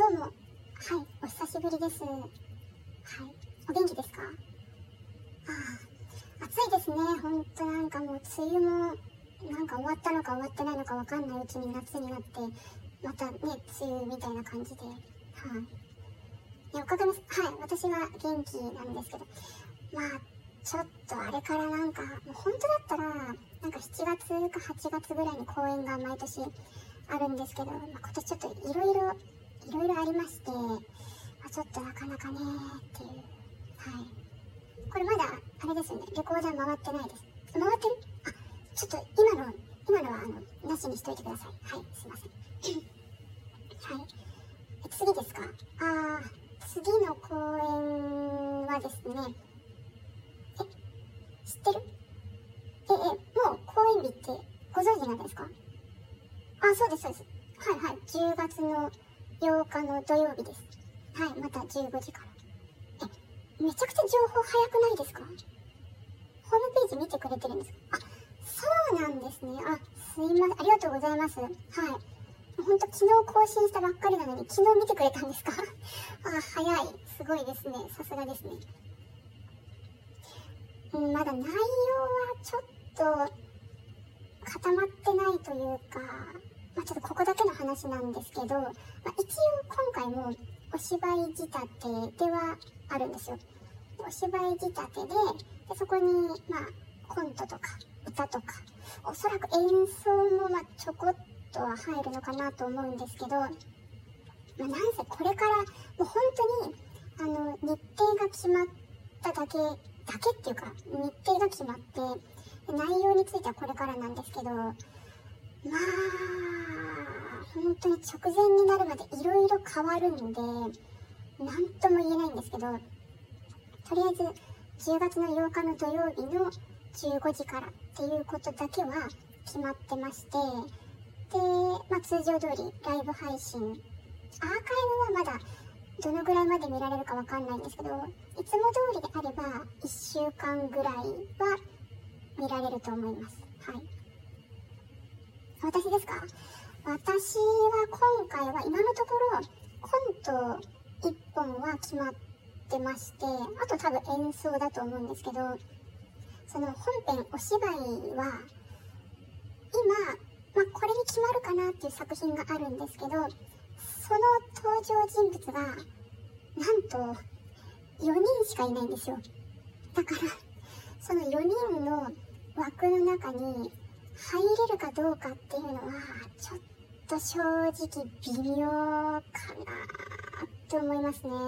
どうも、はい、お久しぶりです。はい、お元気ですか？暑いですね。ほんとなんかもう梅雨もなんか終わったのか終わってないのかわかんないうちに夏になって、またね、梅雨みたいな感じで、はい。伺います。はい、私は元気なんですけど、まあ、ちょっとあれからなんか、もう本当だったら、なんか7月か8月ぐらいに公演が毎年あるんですけど、今年ちょっといろいろありまして、ちょっとなかなかねっていう。はい。これまだ、あれですよね、レコーダー回ってないです。回ってる？ちょっと今のはなしにしといてください。はい、すいません。はい。次ですか？次の公演はですね、知ってる？もう公演日ってご存知なんですか？そうです、そうです。はい。10月の8日の土曜日です。はい、また15時から。めちゃくちゃ情報早くないですか？ホームページ見てくれてるんですか？そうなんですね。すいません。ありがとうございます。はい。ほんと昨日更新したばっかりなのに、昨日見てくれたんですか？早い。すごいですね。さすがですね。まだ内容はちょっと固まってないというか、ちょっとここだけの話なんですけど、一応今回もお芝居仕立てではあるんですよ。お芝居仕立てで、そこに、コントとか歌とか、おそらく演奏もちょこっとは入るのかなと思うんですけど、なんせこれからもう本当に日程が決まっただけっていうか、日程が決まって内容についてはこれからなんですけど、本当に直前になるまでいろいろ変わるんで、なんとも言えないんですけど、とりあえず10月の8日の土曜日の15時からっていうことだけは決まってまして、で、通常通りライブ配信、アーカイブはまだどのぐらいまで見られるかわかんないんですけど、いつも通りであれば1週間ぐらいは見られると思います。はい。私ですか？私は今回は今のところコント1本は決まってまして、あと多分演奏だと思うんですけど、その本編お芝居は今、これに決まるかなっていう作品があるんですけど、その登場人物がなんと4人しかいないんですよ。だからその4人の枠の中に入れるかどうかっていうのはちょっと正直微妙かなって思いますね。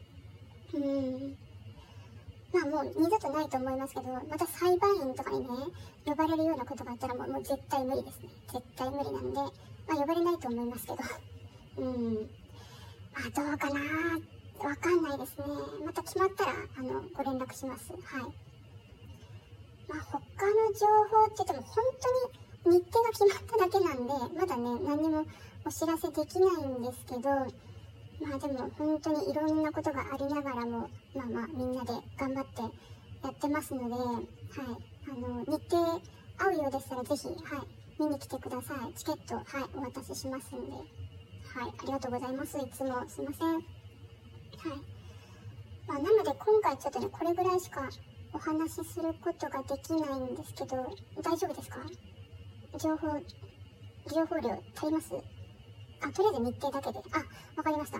もう二度とないと思いますけど、また裁判員とかにね、呼ばれるようなことがあったらもう絶対無理ですね。絶対無理なんで、呼ばれないと思いますけど。どうかなわかんないですね。また決まったら、ご連絡します。はい。他の情報って言っても本当に日程が決まっただけなんで、まだね、何にもお知らせできないんですけど、でも本当にいろんなことがありながらも、みんなで頑張ってやってますので、はい。日程合うようでしたらぜひ、はい、見に来てください。チケット、はい、お渡ししますんで。はい、ありがとうございます。いつもすいません。はい。なので今回ちょっとね、これぐらいしかお話しすることができないんですけど、大丈夫ですか？情報量足ります？とりあえず日程だけで。わかりました。はい。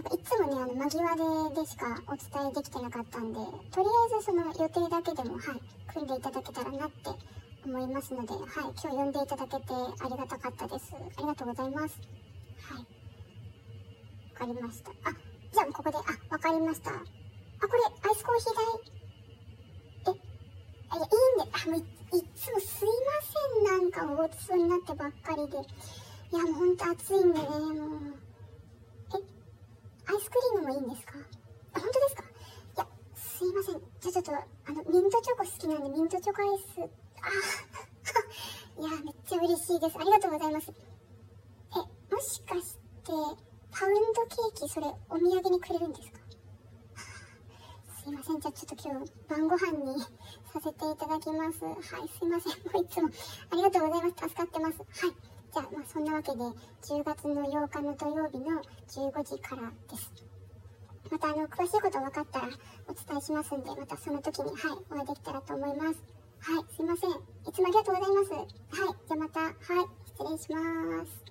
いつもね、間際でしかお伝えできてなかったんで、とりあえずその予定だけでも、はい、組んでいただけたらなって思いますので、はい、今日呼んでいただけてありがたかったです。ありがとうございます。はい。わかりました。じゃあここで、わかりました。これ、アイスコーヒー代？いいんで、いつもすいません。なんかごちそうになってばっかりで。もうほんと暑いんでね、もう。アイスクリームもいいんですか？本当ですか？すいません。じゃあちょっと、ミントチョコ好きなんで、ミントチョコアイス、めっちゃ嬉しいです。ありがとうございます。もしかして、パウンドケーキ、それ、お土産にくれるんですか？すいません。じゃあちょっと今日、晩ご飯にさせていただきます。はい、すいません。もういつも、ありがとうございます。助かってます。はい。じじゃあ、そんなわけで、10月の8日の土曜日の15時からです。また、詳しいこと分かったらお伝えしますんで、またその時に、お会いできたらと思います。すいません。いつもありがとうございます。じゃあまた、失礼します。